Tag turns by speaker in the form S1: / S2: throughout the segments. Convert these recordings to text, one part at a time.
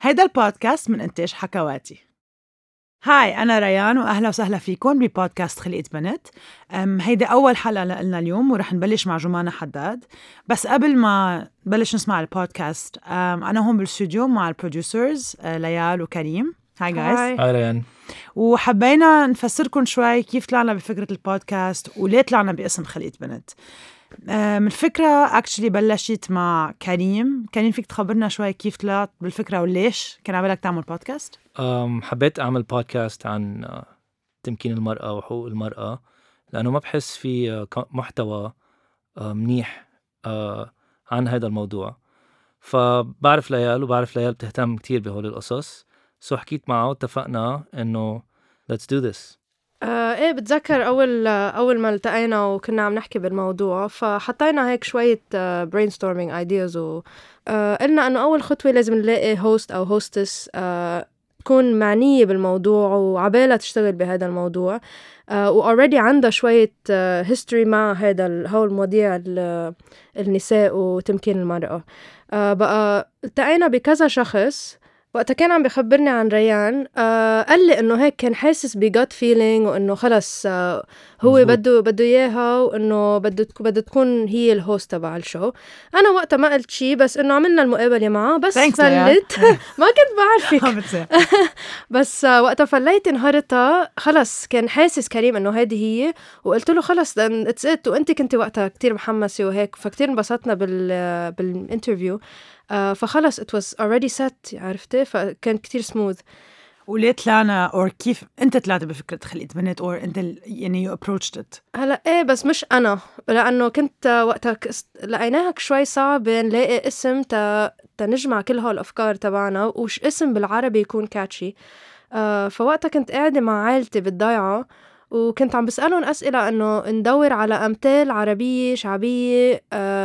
S1: هيدا البودكاست من إنتاج حكواتي. هاي، أنا ريان وأهلا وسهلا فيكم ببودكاست خلقت بنت. هيدا أول حلقة لنا اليوم ورح نبلش مع جمانة حداد. بس قبل ما نبلش نسمع البودكاست أنا هون بالاستوديو مع البروديوسرز ليال وكريم. هاي جايز.
S2: هاي ريان.
S1: وحبينا نفسركم شوي كيف طلعنا بفكرة البودكاست وليه طلعنا باسم خلقت بنت. الفكرة actually بلشت مع كريم. فيك تخبرنا شوي كيف طلعت بالفكرة وليش كان عملك تعمل بودكاست؟
S2: حبيت أعمل بودكاست عن تمكين المرأة وحقوق المرأة لأنه ما بحس في محتوى منيح عن هذا الموضوع. فبعرف ليال بتهتم كتير بهول القصص، سو حكيت معه واتفقنا إنه let's do this.
S3: ايه بتذكر اول ما التقينا وكنا عم نحكي بالموضوع، فحطينا هيك شويه brainstorming ideas قلنا انه اول خطوه لازم نلاقي هوست او هوستس تكون معنيه بالموضوع وعبالها تشتغل بهذا الموضوع وalready عندها شويه history مع هول المواضيع النساء وتمكين المرأة. بقى التقينا بكذا شخص. وقتها كان عم بخبرني عن ريان قال لي انه هيك كان حاسس بجت فيلينج وانه خلص هو بده اياها وانه بده تكون هي الهوست تبع الشو. انا وقتها ما قلت شيء، بس انه عملنا المقابله معه بس فلت ما كنت بعرفك بس وقتها فليت انهارتها. خلص كان حاسس كريم انه هذه هي، وقلت له خلص اتس ات. وانت كنت وقتها كتير محمسه وهيك، فكتير انبسطنا بالانترفيو. فخلص it was already set، عرفتي؟ فكان كتير smooth.
S1: وليه طلعنا أو كيف أنت طلعت بفكرة خلقت بنت أو أنت يعني you approached it؟
S3: هلا إيه، بس مش لأنه كنت وقتها لقيناها شوي صعب نلاقي اسم تنجمع كل هالأفكار تبعنا، وش اسم بالعربي يكون كاتشي. فوقتها كنت قاعدة مع عائلتي بالضيعة وكنت عم بسألهم أسئلة إنه ندور على أمثال عربية شعبية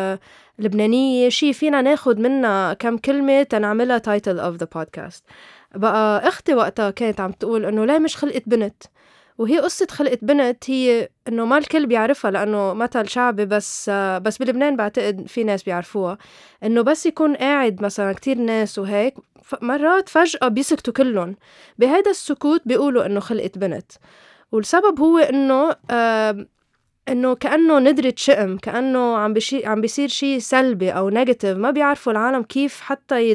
S3: لبنانية، شي فينا ناخد منها كم كلمة تنعملها title of the podcast. بقى أختي وقتها كانت عم تقول إنه لا مش خلقت بنت. وهي قصة خلقت بنت هي إنه ما الكل بيعرفها لأنه مثل شعبي، بس بلبنان بعتقد في ناس بيعرفوها. إنه بس يكون قاعد مثلا كتير ناس وهيك، مرات فجأة بيسكتوا كلهم، بهذا السكوت بيقولوا إنه خلقت بنت. والسبب هو إنه كأنه ندرة شئم، كأنه عم بيصير شيء سلبي أو نيجاتيف، ما بيعرفوا العالم كيف حتى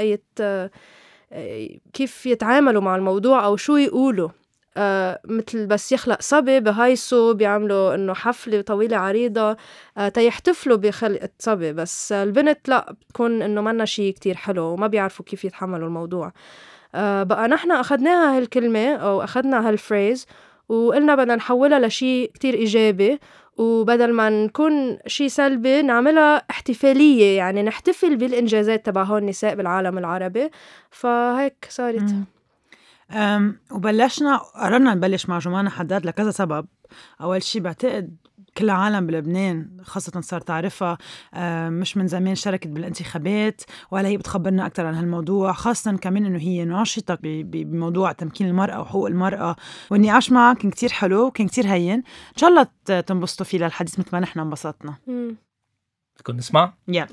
S3: كيف يتعاملوا مع الموضوع أو شو يقولوا. مثل بس يخلق صبي بهايسو بيعملوا إنه حفلة طويلة عريضة تيحتفلوا بخلقة صبي، بس البنت لا، بتكون إنه منا شيء كتير حلو وما بيعرفوا كيف يتحملوا الموضوع. بقى نحن أخدناها هالكلمة أو أخدنا هالفريز وقلنا بدنا نحولها لشي كتير إيجابي، وبدل ما نكون شي سلبي نعملها احتفالية، يعني نحتفل بالإنجازات تبع هون النساء بالعالم العربي. فهيك صارت.
S1: وبلشنا قررنا نبلش مع جمانة حداد لكذا سبب. أول شي بعتقد كل العالم بلبنان خاصة صار تعرفها مش من زمان، شاركت بالانتخابات ولا هي بتخبرنا أكتر عن هالموضوع، خاصة كمان إنه هي ناشطة بموضوع تمكين المرأة وحقوق المرأة. والنقاش معها كان كتير حلو وكان كتير هين. إن شاء الله تنبسطوا فيه للحديث مثل ما نحن انبسطنا.
S2: بدكم نسمع؟
S3: يلا.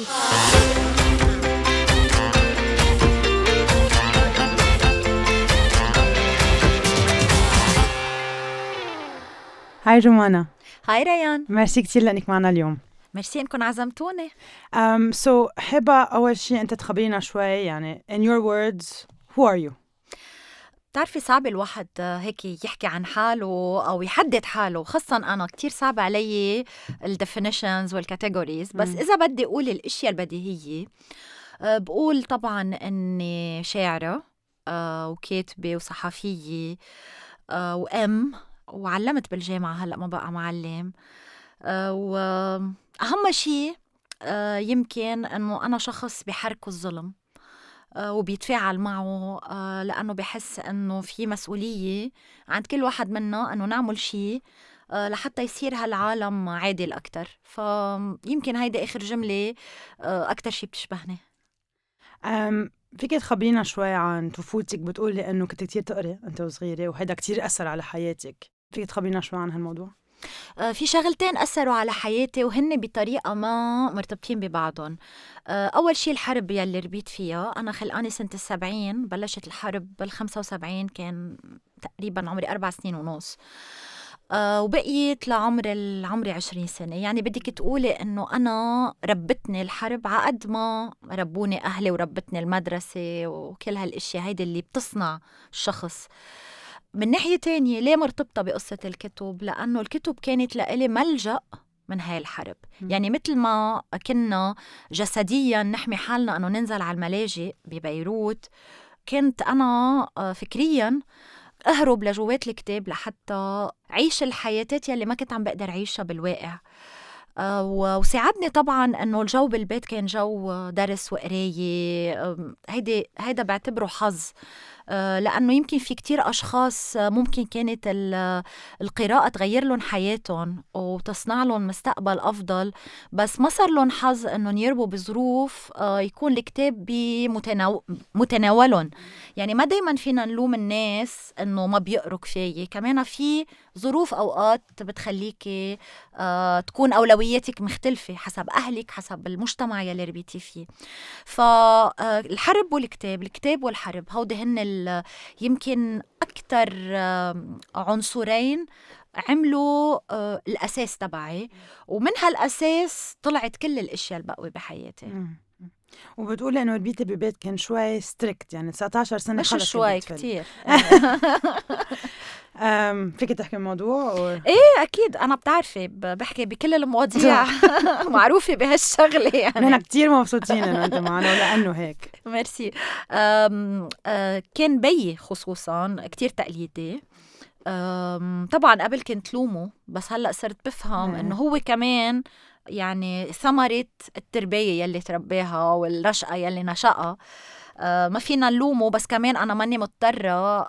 S1: هاي جمانة.
S4: هاي ريان.
S1: ميرسي كتير لأنك معنا اليوم.
S4: ميرسي انكم عزمتوني.
S1: حابة أول شيء أنت تخبرينا شوي، يعني in your words who are you؟
S4: بتعرفي صعب الواحد هيك يحكي عن حاله أو يحدد حاله، خاصة أنا كتير صعب علي الديفينيشنز والكاتيجوريز. بس إذا بدي أقول الأشياء البديهية بقول طبعا أني شاعرة وكاتبة وصحفية وأم، وعلمت بالجامعة، هلأ ما بقى معلم. وأهم شيء يمكن أنه أنا شخص بحركه الظلم وبيتفاعل معه لأنه بحس أنه في مسؤولية عند كل واحد منا أنه نعمل شيء لحتى يصير هالعالم عادل أكتر. فيمكن هيدا آخر جملة أكتر شيء بتشبهني.
S1: فيك تخبرينا شوي عن طفولتك؟ بتقولي أنه كنت كتير تقري أنت وصغيرة وهيدا كتير أثر على حياتك. فيك تخبرينا شوي عن هالموضوع؟
S4: في شغلتين أثروا على حياتي وهن بطريقة ما مرتبطين ببعضهم. أول شيء الحرب يلي ربيت فيها. أنا خلقاني سنة 70، بلشت الحرب بال75، كان تقريبا عمري 4 سنين ونص، وبقيت لعمري 20 سنة. يعني بدك تقولي إنه أنا ربتني الحرب عقد ما ربوني أهلي وربتني المدرسة وكل هالأشياء هيدي اللي بتصنع الشخص. من ناحية تانية ليه مرتبطة بقصة الكتب؟ لأنه الكتب كانت لإلي ملجأ من هاي الحرب. يعني مثل ما كنا جسديا نحمي حالنا أنه ننزل على الملاجئ ببيروت، كنت أنا فكريا أهرب لجوات الكتاب لحتى عيش الحياتات يلي ما كنت عم بقدر عيشها بالواقع. وساعدني طبعا أنه الجو بالبيت كان جو درس وقراية. هيدا بعتبره حظ، لأنه يمكن في كتير أشخاص ممكن كانت القراءة تغير لهم حياتهم وتصنع لهم مستقبل أفضل، بس ما صار لهم حظ أنهم يربوا بظروف يكون الكتاب متناولهم. يعني ما دايما فينا نلوم الناس أنه ما بيقروا كفاية، كمان في ظروف أوقات بتخليكي تكون أولوياتك مختلفة حسب أهلك، حسب المجتمع يلي ربيتي فيه. فالحرب والكتاب، الكتاب والحرب، هودي هن يمكن أكتر عنصرين عملوا الأساس تبعي، ومن هالأساس طلعت كل الأشياء البقوة بحياتي.
S1: وبتقولي إنه ربيتي ببيت كان شوي ستريكت، يعني 19 سنة
S4: مش
S1: خلص
S4: شوي كتير.
S1: فيك تحكي الموضوع
S4: ايه اكيد، انا بتعرفي بحكي بكل المواضيع معروفة بهالشغلة. يعني
S1: نحن كتير مبسوطين انه انت معنا ولانه هيك.
S4: ميرسي. كان بيي خصوصا كتير تقليدي. طبعا قبل كنت لومه، بس هلأ صرت بفهم انه هو كمان يعني ثمرة التربية يلي تربيها والنشأة يلي نشأها. ما فينا نلومه، بس كمان أنا ماني مضطرة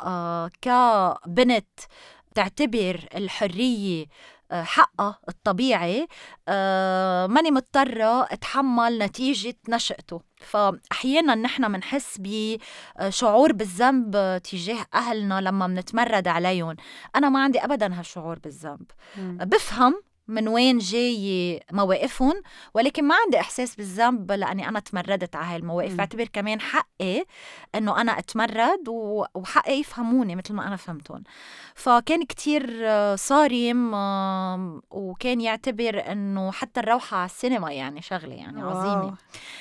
S4: كبنت تعتبر الحرية حقه الطبيعي، ماني مضطرة اتحمل نتيجة نشأته. فأحيانا نحن منحس بشعور بالذنب تجاه أهلنا لما منتمرد عليهم. أنا ما عندي أبدا هالشعور بالذنب. بفهم من وين جاي مواقفهم، ولكن ما عندي إحساس بالذنب لأني أنا تمردت على هاي المواقف. اعتبر كمان حقي أنه أنا أتمرد وحقي يفهموني مثل ما أنا فهمتهم. فكان كتير صارم، وكان يعتبر أنه حتى الروحة على السينما يعني شغلة يعني عظيمة.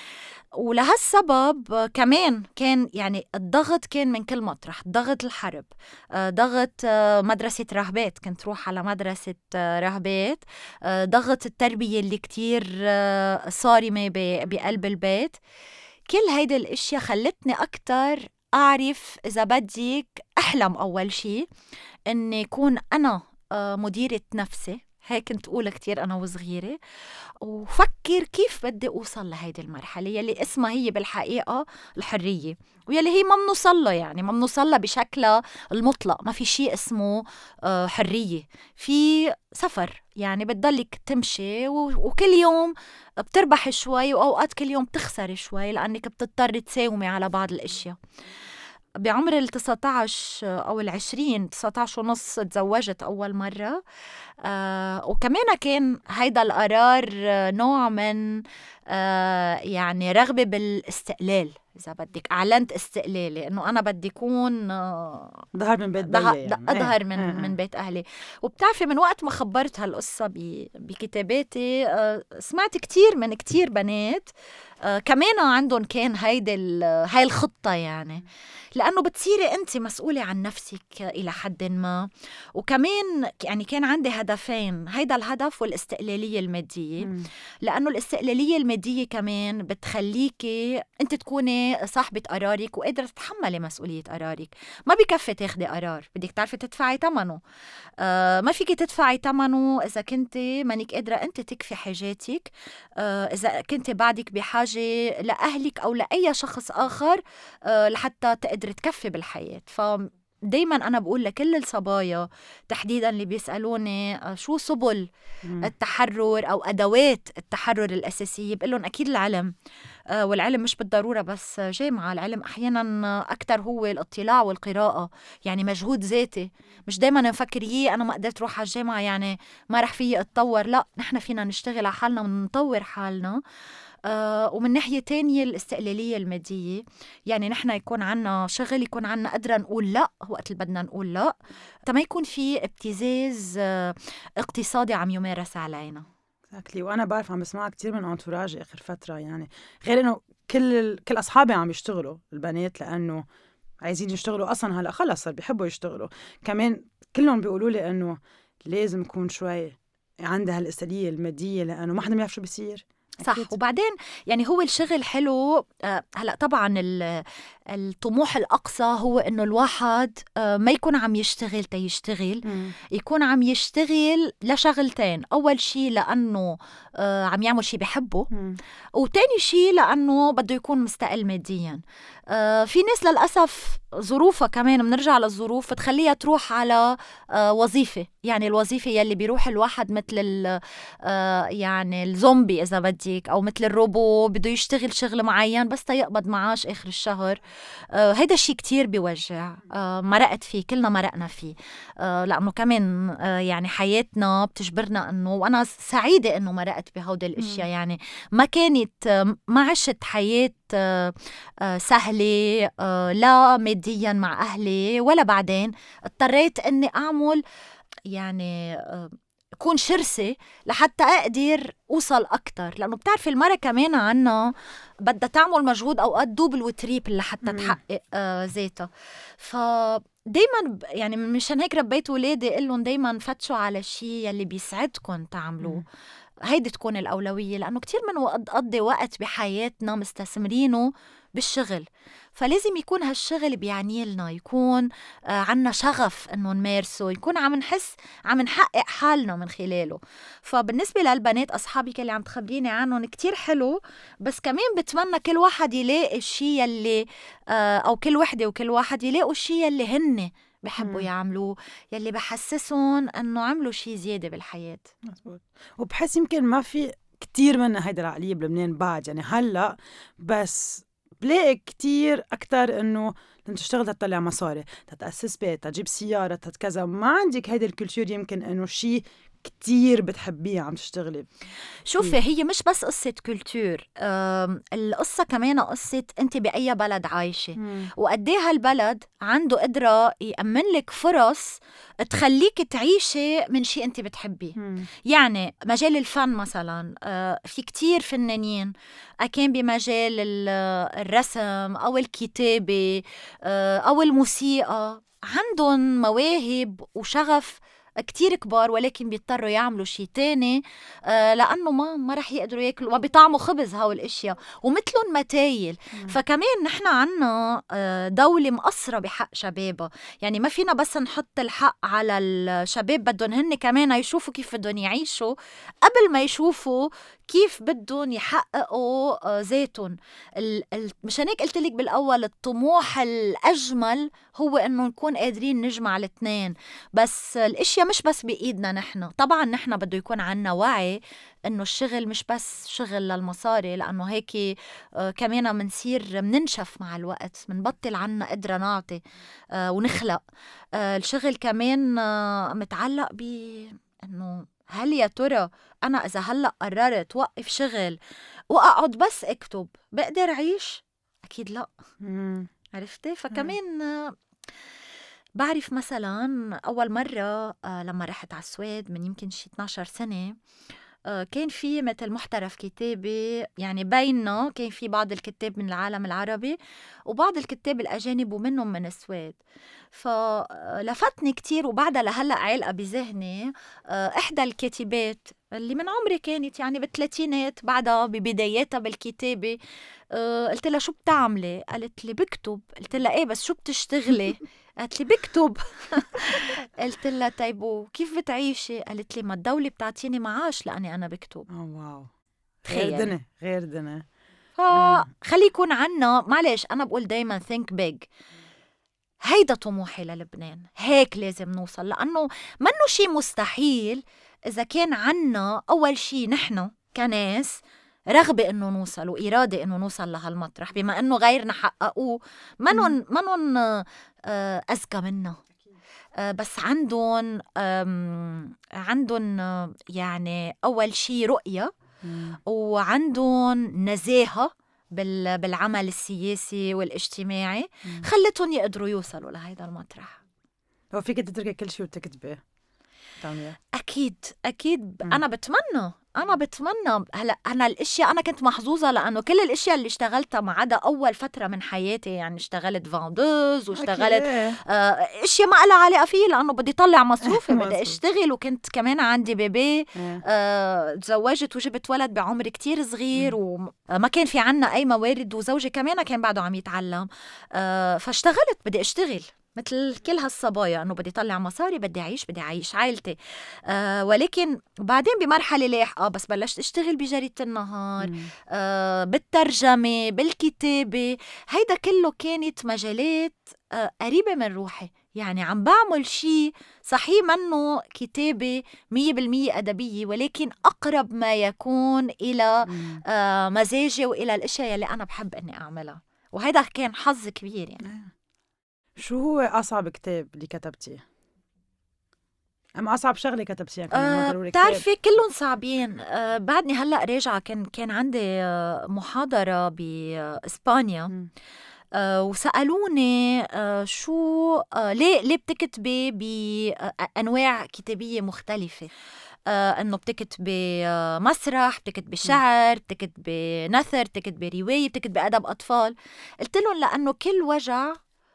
S4: ولهالسبب كمان كان يعني الضغط كان من كل مطرح. ضغط الحرب، ضغط مدرسة راهبات، كنت روح على مدرسة راهبات، ضغط التربية اللي كتير صارمة بقلب البيت. كل هيدا الاشياء خلتني أكتر أعرف إذا بديك أحلم أول شيء أني يكون أنا مديرة نفسي. هيك كنت أقول كتير أنا وصغيرة، وفكر كيف بدي أوصل لهيدي المرحلة يلي اسمها هي بالحقيقة الحرية، ويلي هي ما منوصلها، يعني ما منوصلها بشكلها المطلق. ما في شيء اسمه حرية، في سفر. يعني بتضلك تمشي وكل يوم بتربح شوي، وأوقات كل يوم بتخسر شوي لأنك بتضطر تساومي على بعض الأشياء. بعمر 19 أو 20، 19 ونص تزوجت أول مرة. وكمان كان هيدا القرار نوع من يعني رغبة بالاستقلال. إذا بدك أعلنت استقلالي إنه أنا بدي أكون
S1: ظهر من بيت يعني.
S4: أظهر من بيت أهلي. وبتعرفي من وقت ما خبرت هالقصة بكتاباتي، سمعت كتير من كتير بنات كمان عندهم كان هاي الخطة. يعني لأنه بتصيري أنت مسؤولة عن نفسك إلى حد ما. وكمان يعني كان عندي هدفين، هيدا الهدف والاستقلالية المادية. لأنه الاستقلالية المادية كمان بتخليكي أنت تكوني صاحبة قرارك وقادرة تتحملي مسؤولية قرارك. ما بكفي تاخدي قرار، بدك تعرفي تدفعي ثمنه. ما فيك تدفعي ثمنه إذا كنت مانك قادرة أنت تكفي حاجاتك، إذا كنت بعدك بحاجة لأهلك أو لأي شخص آخر لحتى تقدر تكفي بالحياة. دايما أنا بقول لكل الصبايا تحديدا اللي بيسألوني شو سبل التحرر أو أدوات التحرر الأساسية، بقول لهم أكيد العلم، والعلم مش بالضرورة بس جامعة، العلم أحيانا أكتر هو الاطلاع والقراءة، يعني مجهود ذاتي. مش دايما نفكر أنا ما قدرت روح على الجامعة يعني ما رح فيي أتطور، لا، نحن فينا نشتغل على حالنا ونطور حالنا. ومن ناحية تانية الاستقلالية المادية، يعني نحن يكون عنا شغل، يكون عنا قدرة نقول لا وقت اللي بدنا نقول لا، تما يكون في ابتزاز اقتصادي عم يمارس علينا.
S1: وأنا بعرف عم بسمعها كتير من أنتوراجي آخر فترة، يعني غير إنه كل أصحابي عم يشتغلوا البنات لأنه عايزين يشتغلوا أصلا، هلأ خلص صار بيحبوا يشتغلوا كمان. كلهم بيقولوا لي إنه لازم يكون شوي عندها الاستقلالية المادية لأنه ما حدا بيعرف شو بيصير.
S4: صح. وبعدين يعني هو الشغل حلو. هلأ طبعا الطموح الأقصى هو إنه الواحد ما يكون عم يشتغل تيشتغل، يكون عم يشتغل لشغلتين. أول شي لأنه عم يعمل شي بيحبه، وتاني شي لأنه بده يكون مستقل ماديا. في ناس للأسف ظروفها كمان، بنرجع للظروف تخليها تروح على وظيفة، يعني الوظيفة يلي بيروح الواحد مثل يعني الزومبي إذا بديك، أو مثل الروبو بده يشتغل شغل معين بس تيقبض معاش آخر الشهر. هيدا الشيء كتير بيوجع. مرقت فيه، كلنا مرقنا فيه، لأنه كمان يعني حياتنا بتجبرنا أنه، وأنا سعيدة أنه مرقت بهود الأشياء، يعني ما كانت، ما عشت حياة سهلة لا ماديا مع أهلي، ولا بعدين اضطريت أني أعمل يعني أكون شرسة لحتى أقدر أوصل أكتر، لأنه بتعرفي المرة كمان عنا بدها تعمل مجهود أوقات دوبل وتريبل لحتى تحقق ذاتها. فدايما يعني مشان هيك ربيت ولادي قلهم دايما فتشوا على الشيء يلي بيسعدكم تعملوه، هيدي تكون الأولوية، لأنه كتير من قضي وقت بحياتنا مستثمرينه بالشغل، فلازم يكون هالشغل بيعني لنا، يكون عنا شغف إنه نمارسه، يكون عم نحس عم نحقق حالنا من خلاله. فبالنسبة للبنات أصحابي اللي عم تخبريني عنهم كتير حلو، بس كمان بتمنى كل واحد يلاقي الشيء اللي أو كل وحدة وكل واحد يلاقوا الشيء اللي هن بحبوا يعملوه، يلي بحسسهم أنه عملوا شيء زيادة بالحياة.
S1: مزبوط. وبحس يمكن ما في كتير منا هيدا العقلية بلبنان بعد، يعني هلأ بس بلاقي كتير أكتر إنه تشتغل تطلع مصاري، تتأسس بيت، تجيب سيارة، تتكذا. ما عندك هيدا الكولتور يمكن إنه شيء كتير بتحبيه عم تشتغلي.
S4: شوفي، هي مش بس قصة كولتور، القصة كمان قصة انت بأي بلد عايشة، وقديه هالبلد عنده قدرة يأمن لك فرص تخليك تعيشي من شيء انت بتحبيه. يعني مجال الفن مثلا، في كتير فنانين كان بمجال الرسم أو الكتابة أو الموسيقى عندهم مواهب وشغف كتير كبار، ولكن بيضطروا يعملوا شيء تاني لأنه ما رح يقدروا ياكلوا، ما بيطعموا خبز هاو الاشياء، ومثلهم متايل. فكمان نحن عنا دولة مقصرة بحق شبابها، يعني ما فينا بس نحط الحق على الشباب، بدهم هن كمان يشوفوا كيف بدهم يعيشوا قبل ما يشوفوا كيف بدهم يحققوا ذاتهم. مشان هيك قلت لك بالأول الطموح الأجمل هو إنه نكون قادرين نجمع الاثنين، بس الاشياء مش بس بإيدنا نحن. طبعا نحن بده يكون عنا وعي إنه الشغل مش بس شغل للمصاري، لأنه هيك كمان منصير مننشف مع الوقت، منبطل عنا قدرة نعطي ونخلق. الشغل كمان متعلق بإنه هل يا ترى أنا إذا هلأ قررت وقف شغل وأقعد بس أكتب بقدر أعيش؟ أكيد لا. عرفتي؟ فكمان بعرف مثلا أول مرة لما رحت على السويد من يمكن شي 12 سنة، كان في مثل محترف كتابي، يعني بيننا كان في بعض الكتاب من العالم العربي وبعض الكتاب الأجانب ومنهم من السويد. فلفتني كتير وبعدها لهلأ عالقة بذهني إحدى الكاتبات اللي من عمري كانت يعني بالثلاثينات، بعدها ببداياتها بالكتابة. قلت لها شو بتعملي؟ قالت لي بكتب. قلت لها ايه بس شو بتشتغلي؟ قالت لي بكتب. قلت لها طيب وكيف بتعيشي؟ قالت لي ما الدولة بتعطيني معاش لأني أنا بكتب.
S1: واو،
S4: تخيل.
S1: غير دنا.
S4: خلي يكون عنا، معلش أنا بقول دايما think big. هيدا طموحي للبنان، هيك لازم نوصل، لأنه منه شي مستحيل إذا كان عنا أول شي نحن كناس رغبة إنه نوصل وإرادة إنه نوصل لهالمطرح، بما إنه غيرنا حققوه منن أذكى منا. بس عندن يعني أول شي رؤية، وعندن نزاهة بالعمل السياسي والاجتماعي خلتهم يقدروا يوصلوا لهيدا المطرح.
S1: هو فيك تتركي كل شيء وتكتبي تعمليها؟
S4: أكيد أنا بتمنى هلا. أنا الأشياء أنا كنت محظوظة لأنه كل الأشياء اللي اشتغلتها ما عدا أول فترة من حياتي، يعني اشتغلت فاندوز واشتغلت أشياء ما لها علاقة فيه لأنه بدي طلع مصروفي بدي أشتغل، وكنت كمان عندي بيبي، تزوجت وجبت ولد بعمر كتير صغير وما كان في عنا أي موارد، وزوجي كمان كان بعده عم يتعلم، فاشتغلت بدي أشتغل مثل كل هالصبايا انه بدي طلع مصاري، بدي اعيش عائلتي. ولكن بعدين بمرحله لاحقه بس بلشت اشتغل بجريده النهار، بالترجمه، بالكتابه، هيدا كله كانت مجالات قريبه من روحي. يعني عم بعمل شيء صحيح منه كتابه 100% أدبية، ولكن أقرب ما يكون إلى مزاجي وإلى الأشياء اللي أنا بحب أني أعملها، وهيدا كان حظ كبير. يعني
S1: شو هو أصعب كتاب اللي كتبتيه؟ أما أصعب شغلة كتبتيها كمان؟
S4: بتعرفي كلهم صعبين. بعدني هلأ راجعة كان عندي محاضرة بإسبانيا، وسألوني شو ليه بتكتبي بأنواع كتابية مختلفة، انه بتكتبي مسرح، بتكتبي شعر، بتكتبي نثر، بتكتبي رواية، بتكتبي أدب أطفال. قلت لهم لأنه كل وجع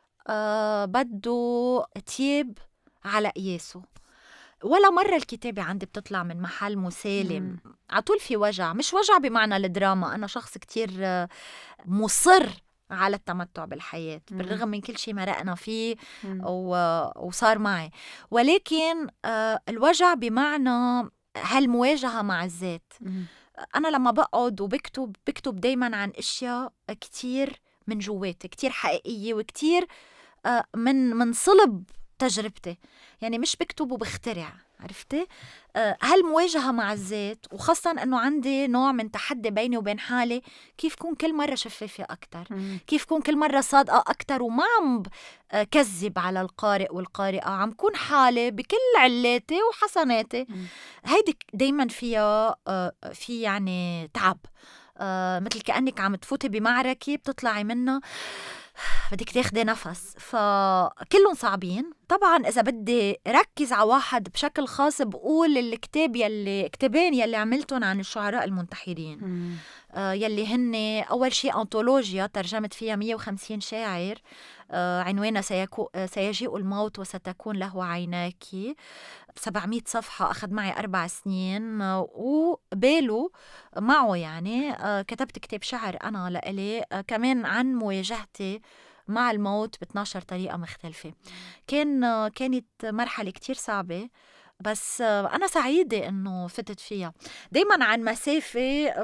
S4: بده تياب على قياسه. ولا مرة الكتابة عندي بتطلع من محل مسالم، عطول في وجع، مش وجع بمعنى الدراما. أنا شخص كتير مصر على التمتع بالحياة بالرغم من كل شيء مرقنا فيه وصار معي، ولكن الوجع بمعنى هالمواجهة مع الذات. أنا لما بقعد بكتب دايما عن أشياء كتير من جواتي، كتير حقيقية وكتير من صلب تجربتي. يعني مش بكتب وبخترع، عرفتي؟ هالمواجهة مع الذات، وخاصة أنه عندي نوع من تحدي بيني وبين حالي، كيف كون كل مرة شفافة أكتر، كيف كون كل مرة صادقة أكتر، وما عم كذب على القارئ والقارئة، عم كون حالي بكل علاتي وحسناتي. هيدي دايما فيها في يعني تعب، مثل كأنك عم تفوتي بمعركة بتطلعي منها بدك تاخدي نفس. فكلهم صعبين طبعا. إذا بدي ركز على واحد بشكل خاص بقول الكتابين يلي عملتهم عن الشعراء المنتحرين، يلي هن أول شيء أنطولوجيا ترجمت فيها 150 شاعر، عنوانها سيجيء الموت وستكون له عيناك، 700 صفحة، أخذ معي 4 سنين. وبالو معه يعني كتبت كتاب شعر أنا لإلي كمان عن مواجهتي مع الموت ب12 طريقة مختلفة. كانت مرحلة كتير صعبة، بس أنا سعيدة إنه فتت فيها. دايما عن مسافة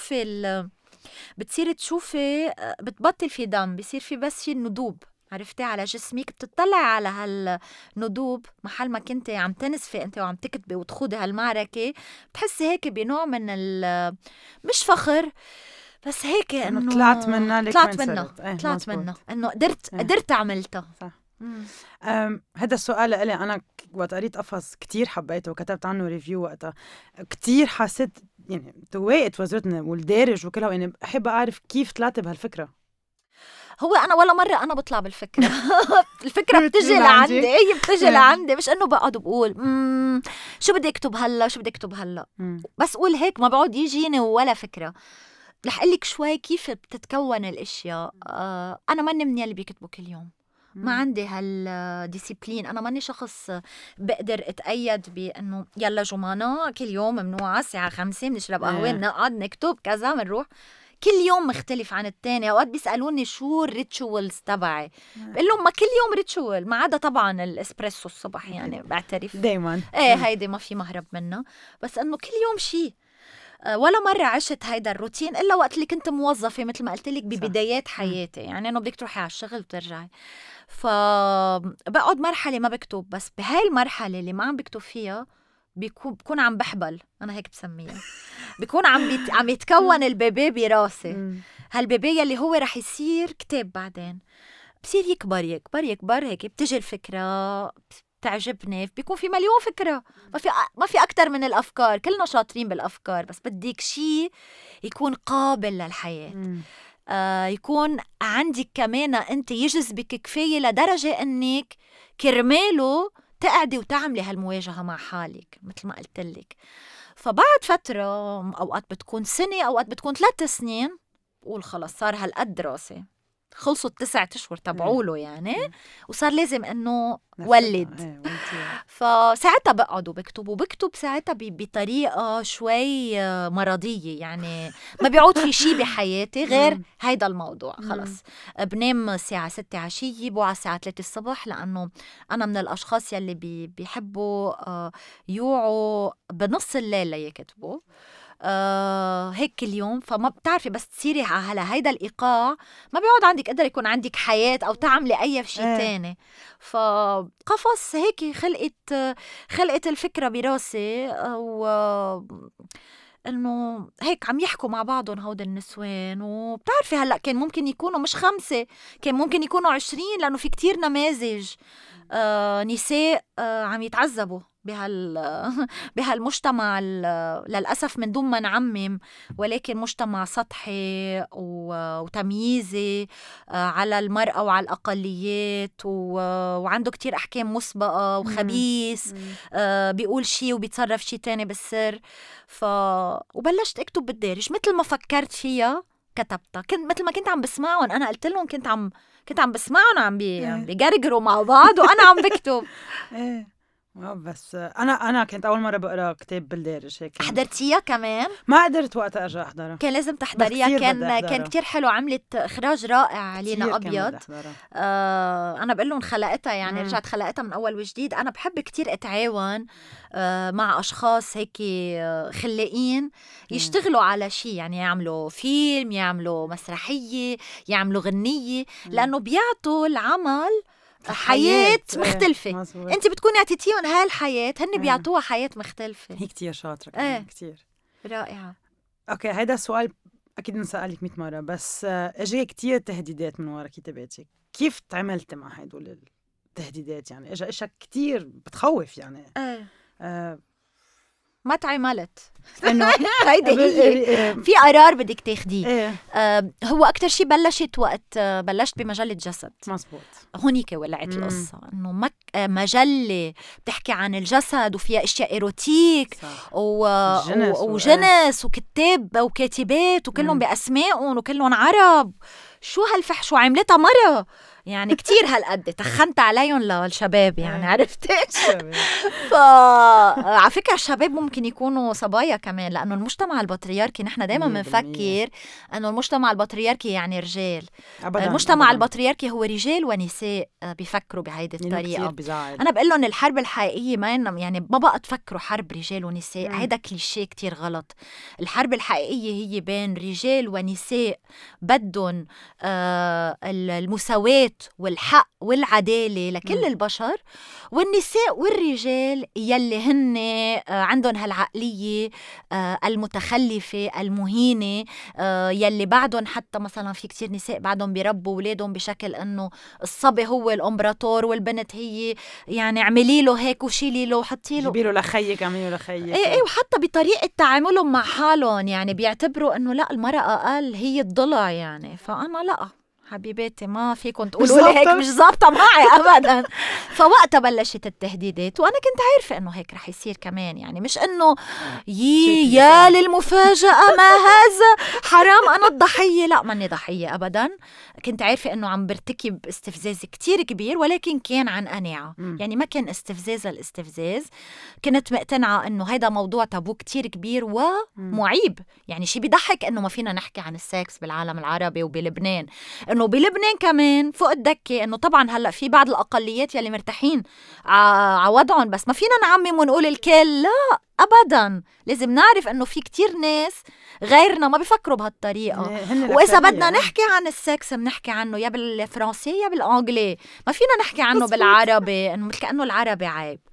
S4: بتصير تشوفي بتبطل في دم، بيصير في بس شي ندوب، عرفتي، على جسمك. بتطلع على هالندوب محل ما كنتي عم تنزفي انت وعم تكتبي وتخوضي هالمعركة، بتحسي هيك بنوع من مش فخر، بس هيك انه
S1: طلعت منها
S4: انه قدرت عملتها.
S1: صح. هذا السؤال لإلي أنا وقت قريت قفص كتير حبيته وكتبت عنه ريفيو وقتها، كتير حسيت يعني توقيت وزرتنا والدارج وكلها، يعني أحب أعرف كيف طلعتي بهالفكرة.
S4: هو أنا ولا مرة أنا بطلع بالفكرة الفكرة بتجي لعندي، هي بتجي لعندي، مش إنه بقعد بقول شو بدي أكتب هلا بس قول هيك، ما بقعد يجيني ولا فكرة. رح أقلك شوي كيف بتتكون الأشياء. أنا ماني من يلي بيكتبوا كل يوم، ما عندي هالديسيبلين. أنا ماني شخص بقدر أتأيد بأنه يلا جمانة كل يوم ممنوعة الساعة 5 بنشرب قهوة بنقعد نكتب كذا منروح. كل يوم مختلف عن التاني. أوقات بيسألوني شو الريتشوالز تبعي، بقول لهم ما كل يوم ريتشوال، ما عدا طبعا الإسبريسو الصبح، يعني بعترف
S1: دايما
S4: هيدي ما في مهرب منها، بس أنه كل يوم شي. ولا مرة عشت هيدا الروتين إلا وقت اللي كنت موظفة مثل ما قلت لك ببدايات حياتي، يعني أنه بدك تروحي على الشغل وترجعي. فبقعد مرحلة ما بكتب، بس بهاي المرحلة اللي ما عم بكتب فيها بكون عم بحبل، أنا هيك بسميها. بيكون عم يتكون البيبي براسي. هالبيبي يلي هو رح يصير كتاب بعدين، بصير يكبر هيك بتجي الفكرة تعجبني، بيكون في مليون فكرة، ما في أكتر من الأفكار، كلنا شاطرين بالأفكار، بس بديك شي يكون قابل للحياة. يكون عندك كمان أنت يجذبك كفاية لدرجة أنك كرماله تقعدي وتعملي هالمواجهة مع حالك مثل ما قلت لك. فبعد فترة أوقات بتكون سنة، أوقات بتكون 3 سنين، قول خلص صار هالقد راسي، خلصوا 9 أشهر تبعوله يعني، وصار لازم إنه ولد. فساعتها بقعد وبكتب ساعتها بطريقة شوي مرضية، يعني ما بيعود في شي بحياتي غير هيدا الموضوع. خلص بنام الساعة 6 عشية، بوعى الساعة 3 الصبح، لأنه أنا من الأشخاص يلي بيحبوا يوعوا بنص الليل ليكتبوا هيك كل يوم. فما بتعرفي بس تصيري على هيدا الإيقاع ما بيعود عندك قدر يكون عندك حياة أو تعملي أي شيء تاني. فقفص هيك خلقت الفكرة براسي، إنه هيك عم يحكوا مع بعضهم هود النسوان. وبتعرفي هلأ كان ممكن يكونوا مش 5، كان ممكن يكونوا 20، لأنه في كتير نماذج نساء عم يتعذبوا بهالمجتمع للأسف من دون ما نعمم، ولكن مجتمع سطحي وتمييزي على المرأة وعلى الأقليات، وعنده كتير أحكام مسبقة وخبيث، بيقول شي وبيتصرف شي تاني بالسر. وبلشت أكتب بالدارج مثل ما فكرت فيها كتبتها، مثل ما كنت عم بسمعهم. أنا قلت لهم كنت عم بسمعهم عم بيجرجروا مع بعض وأنا عم بكتب.
S1: بس انا كنت اول مره بقرا كتاب بالدارج هيك.
S4: حضرتيها كمان؟
S1: ما قدرت وقتها ارجع احضرها،
S4: كان لازم تحضريها. كان كتير حلو، عملت اخراج رائع لينا ابيض. انا بقول لهم خلقتها يعني رجعت خلقتها من اول وجديد. انا بحب كتير اتعاون مع اشخاص هيك خلاقين يشتغلوا على شيء، يعني يعملوا فيلم، يعملوا مسرحيه، يعملوا غنيه، لانه بيعطوا العمل حياة مختلفة.
S1: مزبوط.
S4: انت بتكوني اعطيتيهم هاي الحياة، هن بيعطوها حياة مختلفة.
S1: هي كتير شاطرة. كتير
S4: رائعة.
S1: اوكي، هيدا السؤال اكيد نسألك 100 مرة، بس اجي كتير تهديدات من وراء كتاباتك. كيف تعاملتي مع هدول التهديدات؟ يعني اجا اشياء كتير بتخوف يعني.
S4: ما تعملت انه هيدي هي في قرار بدك تاخديه. هو اكتر شيء بلشت وقت بلشت بمجله جسد.
S1: مزبوط.
S4: هونيك ولعت القصه انه مجله بتحكي عن الجسد وفيها اشياء ايروتيك وجنس وكتاب وكاتبات وكلهم باسمائهم وكلهم عرب. شو هالفحش وعملتها مرة يعني كتير هالقد تخنت عليهم للشباب يعني عرفتش. على فكرة الشباب ممكن يكونوا صبايا كمان، لأنه المجتمع البطريركي نحن دايما بنفكر أنه المجتمع البطريركي يعني رجال. المجتمع البطريركي هو رجال ونساء بيفكروا بهيدي الطريقة. أنا بقول لهم الحرب الحقيقية ما يعني ما بقى تفكروا حرب رجال ونساء، هيدا كليشيه كتير غلط. الحرب الحقيقية هي بين رجال ونساء بدهم المساواة والحق والعدالة لكل البشر، والنساء والرجال يلي هن عندهم هالعقلية المتخلفة المهينة، يلي بعدهم حتى مثلا في كتير نساء بعدهم بيربوا ولادهم بشكل انه الصبي هو الامبراطور والبنت هي يعني اعملي له هيك وشيلي له وحطي له
S1: جيبي له لخيك اعملي له لخيك.
S4: ايه وحتى بطريقة تعاملهم مع حالهم يعني بيعتبروا انه لا المرأة اقل هي الضلع يعني. فانا لا حبيباتي ما فيكم تقولوا لي هيك مش ظابطة معي أبدا. فوقتها بلشت التهديدات وأنا كنت عارفة إنه هيك رح يصير كمان، يعني مش إنه يا للمفاجأة ما هذا حرام أنا الضحية، لا ماني ضحية أبدا. كنت عارفة إنه عم برتكب استفزاز كتير كبير، ولكن كان عن قناعة يعني ما كان استفزاز الاستفزاز. كنت مقتنعة إنه هيدا موضوع تابو كتير كبير ومعيب. يعني شي بيضحك إنه ما فينا نحكي عن السكس بالعالم العربي وبلبنان، إنه بلبنان كمان فوق الدكة إنه طبعاً هلأ في بعض الأقليات يلي مرتاحين عوضعهم، بس ما فينا نعمم ونقول الكل لا أبداً. لازم نعرف إنه في كتير ناس غيرنا ما بيفكروا بهالطريقة. وإذا بدنا نحكي عن السكس بنحكي عنه يا بالفرنسي يا بالأنجلي، ما فينا نحكي عنه بالعربي إنه مثل كأنه العربي عيب.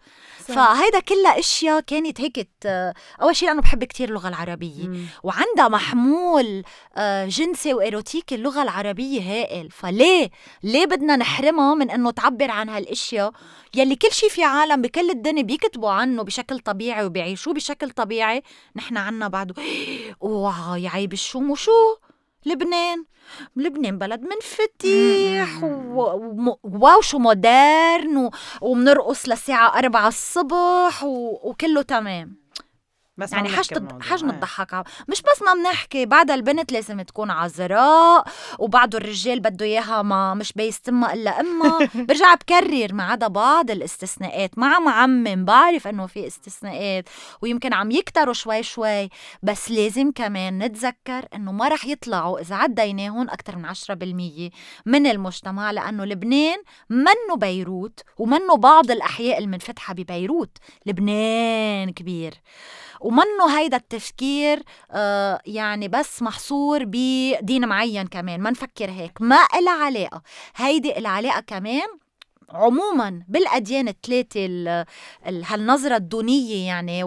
S4: فهيدا كلها اشياء كانت هيك اول شيء انا بحب كتير اللغه العربيه وعندها محمول جنسي وايروتيكي اللغه العربيه هائل. فليه بدنا نحرمها من انه تعبر عن هالاشياء يلي كل شيء في عالم بكل الدنيا بيكتبوا عنه بشكل طبيعي وبيعيشوه بشكل طبيعي، نحن عنا بعده اوعى يا عيب الشوم وشو لبنان بلد منفتح واو شو مودرن ومنرقص للساعة 4 الصبح وكله تمام.
S1: بس
S4: يعني حاج نضحك مش بس ما بنحكي، بعد البنت لازم تكون عذراء وبعده الرجال بده اياها ما مش بيستمها الا امها. برجع بكرر ما عدا بعض الاستثناءات، مع معمم بعرف انه في استثناءات ويمكن عم يكتروا شوي، بس لازم كمان نتذكر انه ما رح يطلعوا اذا عديناهم اكثر من 10% من المجتمع، لانه لبنان منه بيروت ومنه بعض الاحياء المنفتحه ببيروت. لبنان كبير ومنه هيدا التفكير يعني بس محصور بدين معين. كمان ما نفكر هيك، ما إلها علاقة. هيدي إلها علاقة كمان عموما بالأديان الثلاثة هالنظرة الدونية يعني،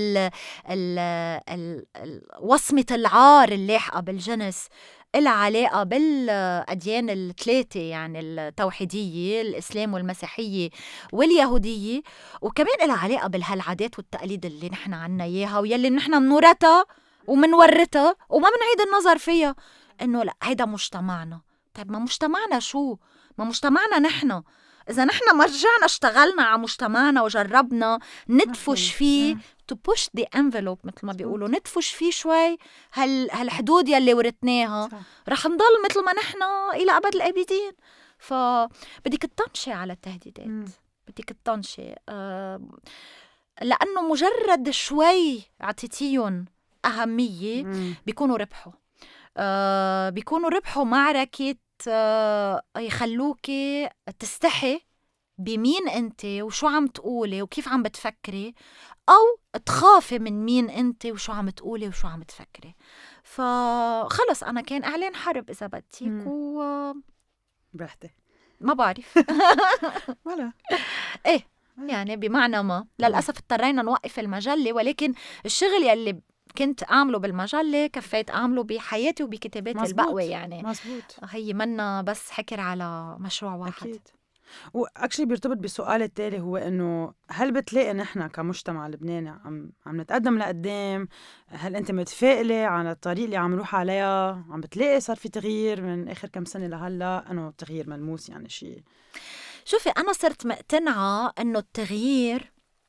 S4: وصمة العار اللاحقة بالجنس إلها علاقة بالأديان الثلاثة يعني التوحيدية الإسلام والمسيحية واليهودية، وكمان إلها علاقة بالهالعادات والتقاليد اللي نحن عنا إياها ويلي نحن منورتها ومنورتها وما منعيد النظر فيها إنه لا هيدا مجتمعنا. طيب ما مجتمعنا شو؟ ما مجتمعنا نحن إذا نحن ما رجعنا اشتغلنا على مجتمعنا وجربنا ندفش فيه to push the envelope مثل ما بيقولوا، ندفش فيه شوي هالحدود يلي ورثناها، رح نضل مثل ما نحن إلى أبد الآبدين. فبدك تطنشي على التهديدات، بدك تطنشي لأنه مجرد شوي عطيتيهم أهمية بيكونوا ربحوا معركة يخلوكي تستحي بمين انت وشو عم تقولي وكيف عم بتفكري، او تخافي من مين انت وشو عم تقولي وشو عم تفكري. فخلص انا كان اعلان حرب اذا بدك
S1: براحتي
S4: ما بعرف
S1: ولا
S4: ايه يعني بمعنى ما للاسف اضطرينا نوقف المجله، ولكن الشغل يلي كنت أعمله بالمجلة كفيت أعمله بحياتي وبكتاباتي البقوة يعني.
S1: مزبوط.
S4: هي منا بس حكر على مشروع واحد.
S1: أكيد. وأكشلي بيرتبط بالسؤال التالي، هو إنه هل بتلاقي نحن كمجتمع لبناني عم نتقدم لقدام؟ هل أنت متفائلة عن الطريق اللي عم نروح عليها؟ عم بتلاقي صار في تغيير من آخر كم سنة لهلا؟ أنه تغيير ملموس يعني شيء؟
S4: شوفي أنا صرت مقتنعة إنه التغيير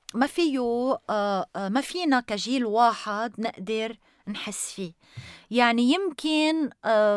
S4: ما فينا كجيل واحد نقدر نحس فيه. يعني يمكن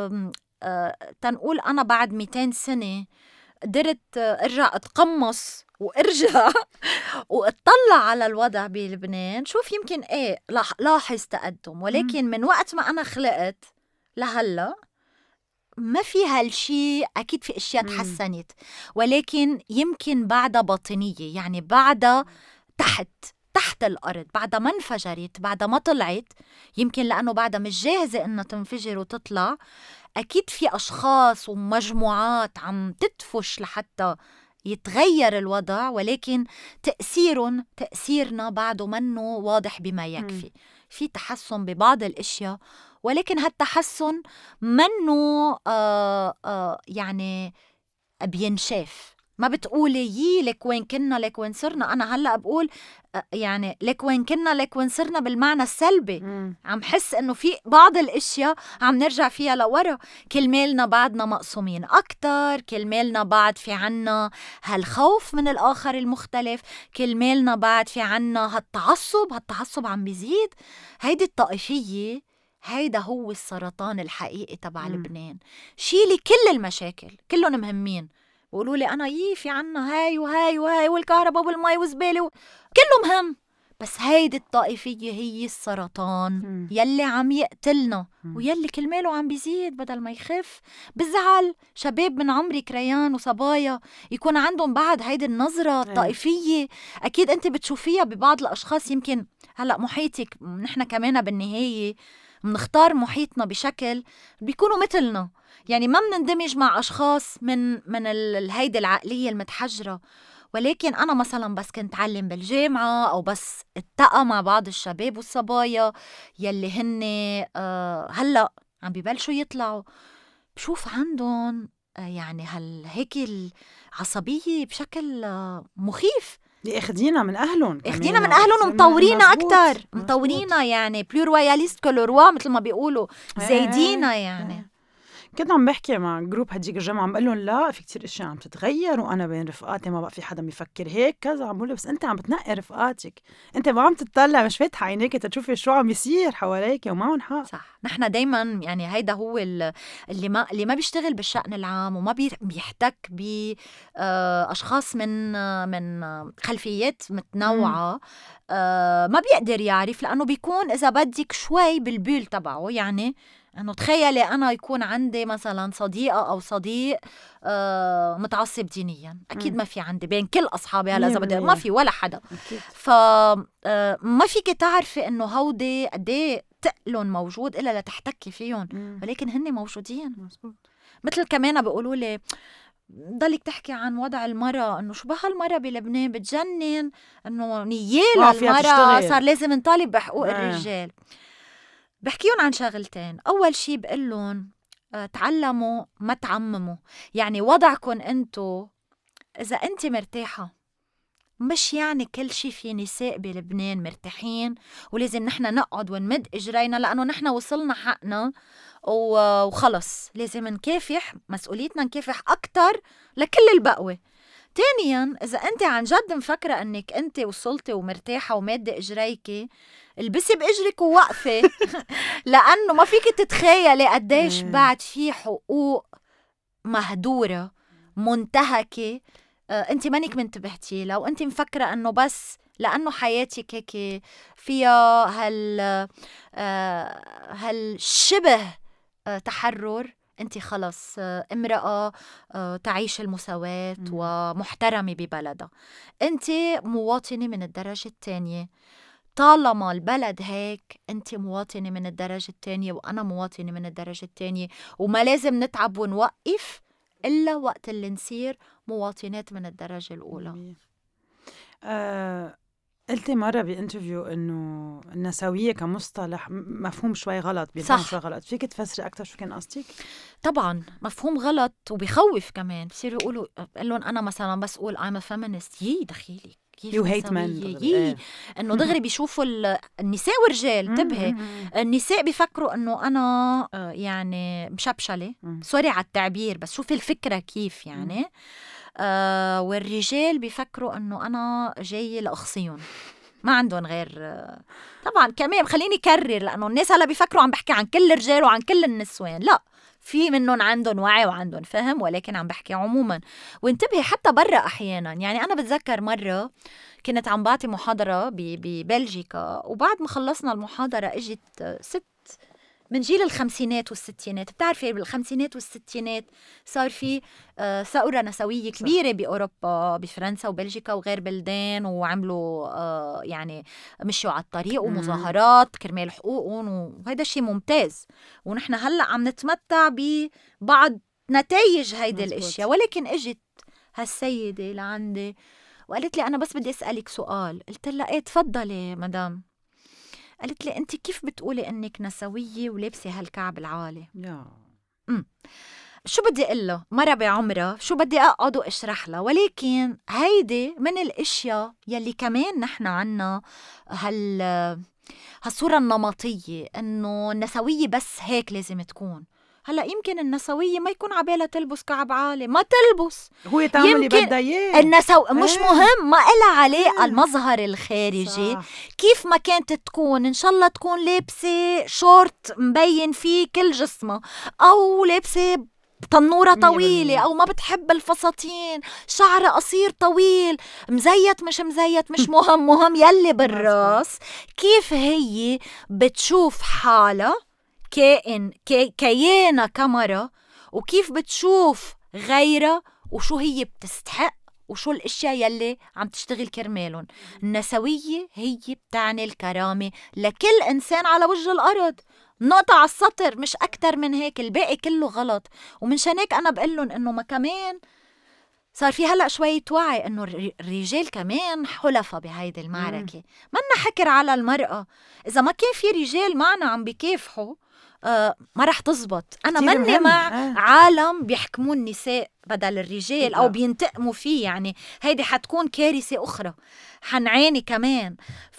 S4: تنقول أنا بعد 200 سنة قدرت أرجع أتقمص وأرجع وأطلع على الوضع بلبنان، شوف يمكن لاحظ تقدم، ولكن من وقت ما أنا خلقت لهلأ ما في هالشي. أكيد في أشياء تحسنت، ولكن يمكن بعدها باطنية، يعني بعدها تحت الأرض، بعدها ما انفجرت، بعدها ما طلعت، يمكن لأنه بعدها مش جاهزة إنها تنفجر وتطلع. أكيد في أشخاص ومجموعات عم تدفش لحتى يتغير الوضع، ولكن تأثيرنا بعده منه واضح بما يكفي. في تحسن ببعض الأشياء، ولكن هالتحسن منه يعني بينشاف. ما بتقولي لك وين كنا لك وين صرنا. أنا هلأ بقول يعني لك وين كنا لك وين صرنا بالمعنى السلبي. عم حس إنه في بعض الأشياء عم نرجع فيها لورا. كلمالنا بعدنا مقسومين أكتر، كلمالنا بعد في عنا هالخوف من الآخر المختلف، كلمالنا بعد في عنا هالتعصب عم بيزيد. هيدي الطائفية هيدا هو السرطان الحقيقي تبع لبنان. شيلي كل المشاكل كلهم مهمين، بقولوا لي أنا في عنا هاي وهاي وهاي والكهرباء والمي والزبالة كله مهم، بس هيدي الطائفية هي السرطان يلي عم يقتلنا ويلي كلماله عم بيزيد بدل ما يخف. بزعل شباب من عمري كريان وصبايا يكون عندهم بعد هيدي النظرة الطائفية. أكيد أنت بتشوفيها ببعض الأشخاص، يمكن هلأ محيطك نحن كمان بالنهاية منختار محيطنا بشكل بيكونوا مثلنا. يعني ما منندمج مع أشخاص من هيدي العقلية المتحجرة. ولكن أنا مثلا بس كنت أعلم بالجامعة أو بس اتقى مع بعض الشباب والصبايا يلي هن هلأ عم بيبلشوا يطلعوا، بشوف عندهم يعني هيك العصبية بشكل مخيف.
S1: اخدينا من أهلهم
S4: ومطورينا أكتر، مطورينا يعني بلو روياليست كو لو روا مثل ما بيقولوا، زايدينا يعني.
S1: كنت عم بحكي مع جروب هديك الجامعة، عم بقول لهم لا في كتير اشياء عم تتغير، وانا بين رفقاتي ما بقى في حدا بيفكر هيك كذا. عم بقول بس انت عم بتنقي رفقاتك، انت ما عم تطلع مش فاتحه عينيك تشوفي شو عم بيصير حواليك ومعهم حق.
S4: صح. نحن دايما يعني هيدا هو اللي ما بيشتغل بالشأن العام وما بيحتك بأشخاص من خلفيات متنوعة ما بيقدر يعرف، لأنه بيكون إذا بدك شوي بالبول تبعه. يعني أنه تخيلي أنا يكون عندي مثلا صديقة أو صديق متعصب دينيا، أكيد ما في عندي بين كل أصحابي هلا إذا بدي ما في ولا حدا. فما فيك تعرفي أنه هودي قديه تقلن موجود إلا لتحتكي فيهم، ولكن هن موجودين. مثل كمان بيقولوا لي ضلك تحكي عن وضع المرأة، أنه شو بهالمرأة بلبنان بتجنن، أنه نيالة المرأة صار لازم نطالب بحقوق الرجال. بحكيهم عن شغلتين. أول شي بقلن تعلموا ما تعمموا. يعني وضعكم أنتو إذا أنت مرتاحة مش يعني كل شي في نساء بلبنان مرتاحين ولازم نحن نقعد ونمد إجرينا لأنه نحن وصلنا حقنا وخلص لازم نكافح مسؤوليتنا، نكافح أكتر لكل البقوة. تانياً إذا أنت عن جد مفكرة أنك أنت وصلتي ومرتاحة ومادة إجريكي، البسي بإجرك ووقفي لأنه ما فيك تتخيلي قديش بعد في حقوق مهدورة منتهكة أنت مانك منتبهتي لو أنت مفكرة أنه بس لأنه حياتك هيك فيها هالشبه تحرر أنت خلص امرأة تعيش المساواة ومحترمة ببلدها. أنت مواطنة من الدرجة الثانية، طالما البلد هيك أنت مواطنة من الدرجة الثانية وأنا مواطنة من الدرجة الثانية، وما لازم نتعب ونوقف إلا وقت اللي نصير مواطنات من الدرجة الأولى.
S1: قلتي مرة بإنترفيو إنه النسوية كمصطلح مفهوم شوي غلط، بيفهم شوي غلط، فيك تفسري أكتر شو كان قصدك؟
S4: طبعا مفهوم غلط وبيخوف كمان. بصيروا يقولوا قلن أنا مثلا بس أقول I'm a feminist، دخيلك
S1: you hate men
S4: انه دغري بيشوفوا النساء والرجال. انتبهي، النساء بيفكروا انه انا يعني مشبشله، سوري على التعبير بس شوفي الفكره كيف يعني. والرجال بيفكروا انه انا جاي لاخصيهم، ما عندهم غير. طبعا كمان خليني كرر لانه الناس هلا بيفكروا عم بحكي عن كل الرجال وعن كل النسوان، لا، في منهم عندهم وعي وعندهم فهم، ولكن عم بحكي عموما. وانتبهي حتى برا أحيانا. يعني أنا بتذكر مرة كنت عم بعطي محاضرة ببلجيكا، وبعد ما خلصنا المحاضرة اجت ست من جيل الخمسينات والستينات. بتعرفي بالخمسينات والستينات صار في ثورة نسوية كبيرة بأوروبا، بفرنسا وبلجيكا وغير بلدان، وعملوا يعني مشوا على الطريق ومظاهرات كرمال حقوقهم، وهذا الشيء ممتاز. ونحن هلأ عم نتمتع ببعض نتائج هيدا الاشياء. ولكن اجت هالسيدة لعندي وقالت لي أنا بس بدي أسألك سؤال. قلت لها ايه تفضلي مدام. قالت لي أنت كيف بتقولي أنك نسوية ولابسة هالكعب العالي؟ شو بدي أقول له؟ مرة بعمرها شو بدي أقعد وأشرح لها. ولكن هيدي من الأشياء يلي كمان نحن عنا هالصورة النمطية أنه النسوية بس هيك لازم تكون. هلا يمكن النسوية ما يكون عبالها تلبس كعب عالي، ما تلبس،
S1: هو تعمل اللي بدها اياه.
S4: مش مهم، ما إلها علاقة المظهر الخارجي. صح. كيف ما كانت تكون إن شاء الله تكون لابسة شورت مبين فيه كل جسمها، أو لابسة تنورة طويلة، أو ما بتحب الفساتين، شعرها قصير طويل، مزيت مش مزيت مش مهم، مهم يلي بالراس كيف هي بتشوف حالها كيانة كاميرا، وكيف بتشوف غيرها، وشو هي بتستحق وشو الاشياء يلي عم تشتغل كرمالهم. النسوية هي بتعني الكرامة لكل انسان على وجه الارض، نقطة على السطر، مش اكتر من هيك. الباقي كله غلط. ومنشان هيك انا بقلن انه ما كمان صار في هلأ شوية وعي إنه الرجال كمان حلفة بهيدي المعركة. منا حكر على المرأة. إذا ما كان في رجال معنا عم بيكافحوا ما رح تزبط. أنا مني مع عالم بيحكموا النساء بدل الرجال أو بينتقموا فيه، يعني هيدي حتكون كارثة أخرى، حنعاني كمان.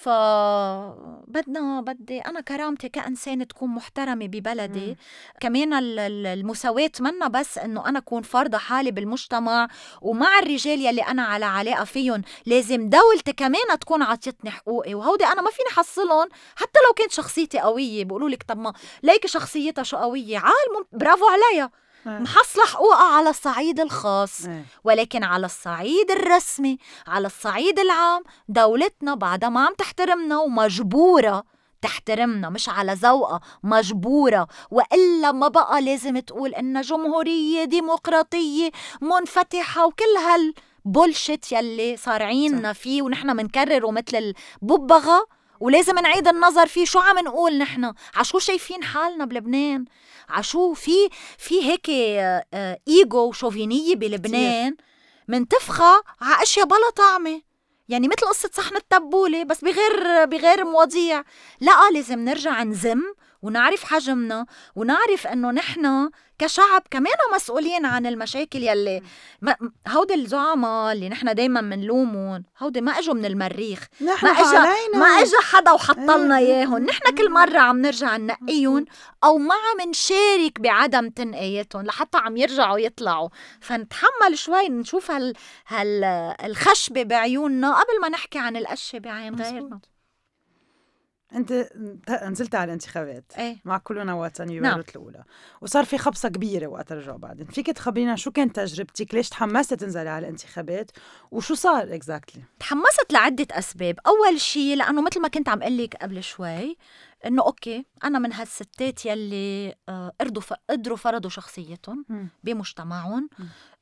S4: بدي أنا كرامتي كإنسان تكون محترمة ببلدي. كمان المساواة منا بس إنه أنا أكون فرضة حالي بالمجتمع ومع الرجال يلي أنا على علاقة فيهم، لازم دولتي كمان تكون عطيتني حقوقي، وهودي أنا ما فيني حصلهم حتى لو كانت شخصيتي قوية. بقولوا لك طب ما ليك شخصيتها شو قوية، عالم برافو عليها، محصلة حقوقها على الصعيد الخاص، ولكن على الصعيد الرسمي، على الصعيد العام، دولتنا بعدها ما عم تحترمنا ومجبورة تحترمنا، مش على ذوقها، مجبورة. وإلا ما بقى لازم تقول إن جمهورية ديمقراطية منفتحة وكل هالبولشت يلي صارعيننا فيه ونحن منكرره مثل الببغة، ولازم نعيد النظر فيه. شو عم نقول نحن؟ عشو شايفين حالنا بلبنان؟ عشو في هيك ايجو وشوفينية بلبنان منتفخة على اشياء بلا طعمة، يعني مثل قصة صحن التبولة بس بغير مواضيع. لا، لازم نرجع نزم ونعرف حجمنا ونعرف انه نحن كشعب كمان مسؤولين عن المشاكل يلي هودي الزعماء اللي نحن دايما منلومون، هودي ما اجوا من المريخ، ما اجا حدا وحطلنا اياهم، نحن كل مرة عم نرجع ننقيهم او ما عم نشارك بعدم تنقيتهم لحتى عم يرجعوا يطلعوا. فنتحمل شوي نشوف الخشبة بعيوننا قبل ما نحكي عن القشة بعين غيرنا.
S1: انت نزلت على الانتخابات مع كلنا وطني ببيروت الأولى، وصار في خبصة كبيرة وقت رجعوا بعدين. فيك تخبرينا شو كانت تجربتك؟ ليش تحمست تنزلي على الانتخابات وشو صار اكزاكتلي؟
S4: تحمست لعدة أسباب. أول شيء لأنه مثل ما كنت عم قلك قبل شوي إنه أوكي أنا من هالستات يلي قدروا فرضوا شخصيتهم بمجتمعهم.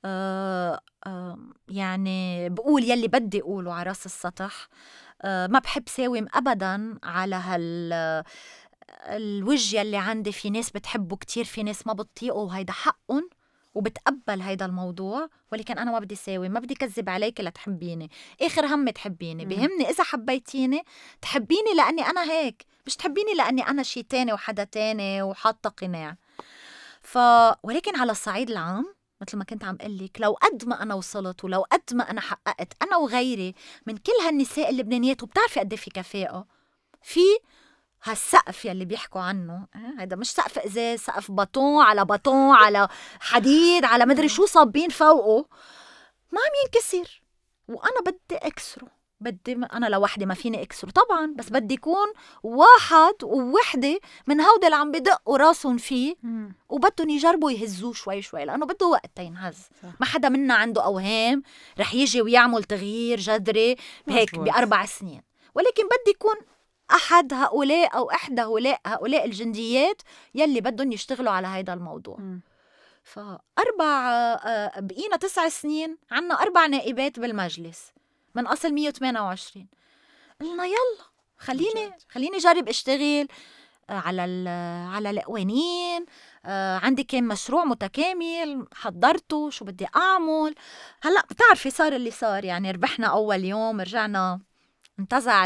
S4: يعني بقول يلي بدي أقوله على راس السطح. ما بحب ساوم أبداً على الوجه اللي عندي. في ناس بتحبه كتير، في ناس ما بتطيقه، وهيدا حقهم وبتقبل هيدا الموضوع. ولكن أنا ما بدي ساوي، ما بدي كذب عليك لتحبيني. آخر هم تحبيني، بهمني إذا حبيتيني تحبيني لأني أنا هيك، مش تحبيني لأني أنا شي تاني وحدا تاني وحاطة قناع. ولكن على الصعيد العام مثل ما كنت عم قلك، لو قد ما أنا وصلت ولو قد ما أنا حققت أنا وغيري من كل هالنساء اللبنانيات، وبتعرفي قد في كفاءة في هالسقف يلي بيحكوا عنه. هذا مش سقف إزاز، سقف بطون على بطون على حديد على مدري شو صابين فوقه، ما عم ينكسر. وأنا بدي أكسره، أنا لوحدي ما فيني أكسره طبعا، بس بدي يكون واحد ووحدة من هودي اللي عم بدقوا راسهم فيه وبدهم يجربوا يهزوه شوي شوي، لأنه بده وقت ينهز. ما حدا منا عنده أوهام رح يجي ويعمل تغيير جذري هيك ب4 سنين. ولكن بدي يكون أحد هؤلاء أو إحدى هؤلاء الجنديات يلي بدهم يشتغلوا على هيدا الموضوع. بقينا 9 سنين عنا 4 نائبات بالمجلس من أصل 128. قلنا يلا خليني جرب اشتغل على القوانين. عندي كان مشروع متكامل حضرته، شو بدي أعمل. هلأ بتعرفي صار اللي صار، يعني ربحنا أول يوم، رجعنا انتزع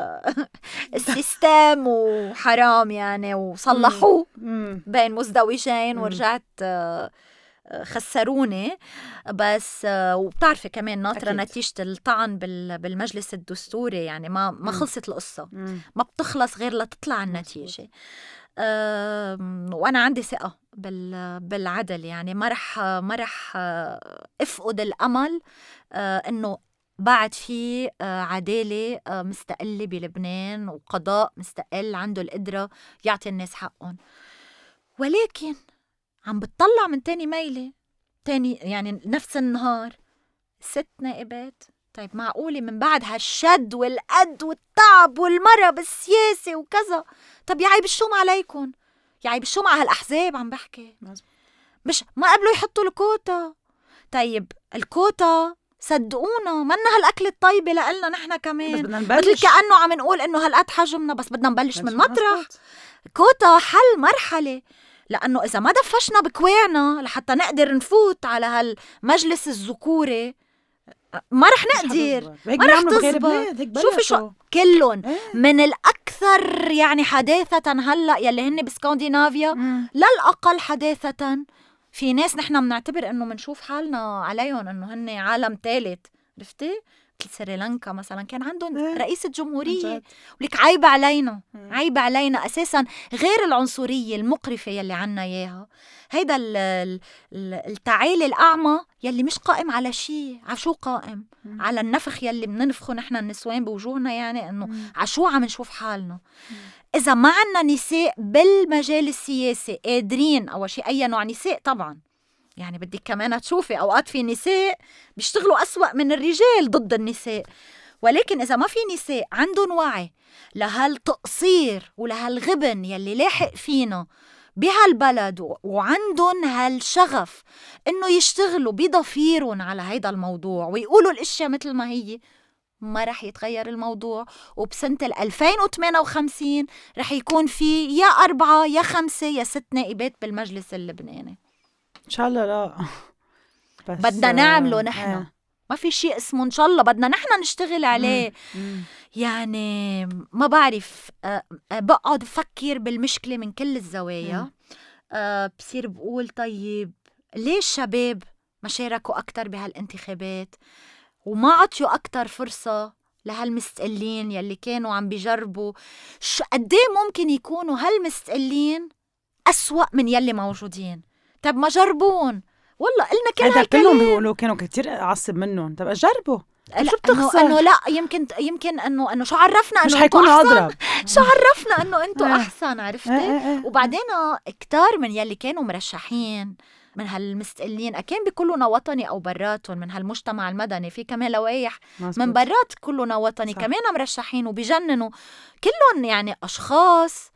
S4: السيستم وحرام يعني، وصلحوه بين مزدوجين ورجعت خسروني. بس وبتعرفي كمان ناطرة نتيجة الطعن بالمجلس الدستوري، يعني ما خلصت القصة، ما بتخلص غير لتطلع النتيجة. وأنا عندي ثقة بالعدل، يعني ما رح أفقد الأمل إنه بعد في عدالة مستقلة بلبنان وقضاء مستقل عنده القدرة يعطي الناس حقهم. ولكن عم بتطلع من تاني ميلة يعني نفس النهار 6 نائبات. طيب معقولة من بعد هالشد والقد والتعب والمرة بالسياسة وكذا؟ طب يعيب الشوم عليكم، يعيب الشوم على هالأحزاب. عم بحكي مش ما قبلوا يحطوا الكوتا. طيب الكوتا صدقونا منا هالأكل الطيبة لإلنا نحن
S1: بس
S4: كمان،
S1: بدنا
S4: مثل
S1: نبلش
S4: كأنه عم نقول إنه هالقد حجمنا بس بدنا نبلش من مطرح. كوتا حل مرحلة، لأنه إذا ما دفشنا بكوعنا لحتى نقدر نفوت على هالمجلس الذكوري ما رح نقدر، ما رح تزبط. شوفي شو كلهم من الأكثر يعني حداثة هلأ يلي هن بسكندنافيا للأقل حداثة. في ناس نحن بنعتبر إنه منشوف حالنا عليهم إنه هن عالم ثالث، عرفتي؟ مثل سريلانكا مثلا كان عندهم رئيسة جمهورية، ولك عيب علينا، عيب علينا أساسا. غير العنصرية المقرفة يلي عنا إياها، هيدا التعالي الأعمى يلي مش قائم على شيء. عشو قائم؟ على النفخ يلي بننفخه نحن النسوان بوجوهنا، يعني إنه عشو عم نشوف حالنا. إذا ما عنا نساء بالمجال السياسي قادرين، أول شيء أي نوع نساء طبعا، يعني بدك كمان تشوفي أوقات في نساء بيشتغلوا أسوأ من الرجال ضد النساء، ولكن إذا ما في نساء عندهم وعي لهالتقصير ولهالغبن يلي لاحق فينا بهالبلد وعندهم هالشغف إنه يشتغلوا بضفيرهم على هيدا الموضوع ويقولوا الأشياء مثل ما هي، ما رح يتغير الموضوع. وبسنة 2058 رح يكون في يا 4 يا 5 يا 6 نائبات بالمجلس اللبناني.
S1: إن شاء الله لا،
S4: بس بدنا نعمله نحن. ما في شيء اسمه إن شاء الله، بدنا نحن نشتغل عليه. يعني ما بعرف، بقعد بفكر بالمشكلة من كل الزوايا. بصير بقول طيب ليش الشباب ما شاركوا أكتر بهالانتخابات وما عطيوا أكتر فرصة لهالمستقلين يلي كانوا عم بيجربوا؟ قديه ممكن يكونوا هالمستقلين أسوأ من يلي موجودين؟ طب ما جربون، والله قلنا كل هالكلام.
S1: كلهم بيقولوا كانوا كتير عصب منهم. طب جربوا، شو بتخسر؟
S4: إنه لا يمكن إنه شو عرفنا إنه
S1: مش حيكونوا أضرب،
S4: شو عرفنا إنه أنتوا أحسن، عرفتي؟ وبعدين كتار من يلي كانوا مرشحين من هالمستقلين كان بكلنا وطني أو براتهم من هالمجتمع المدني، في كمان لوائح من برات كلنا وطني صح. كمان مرشحين وبيجننوا كلهم، يعني أشخاص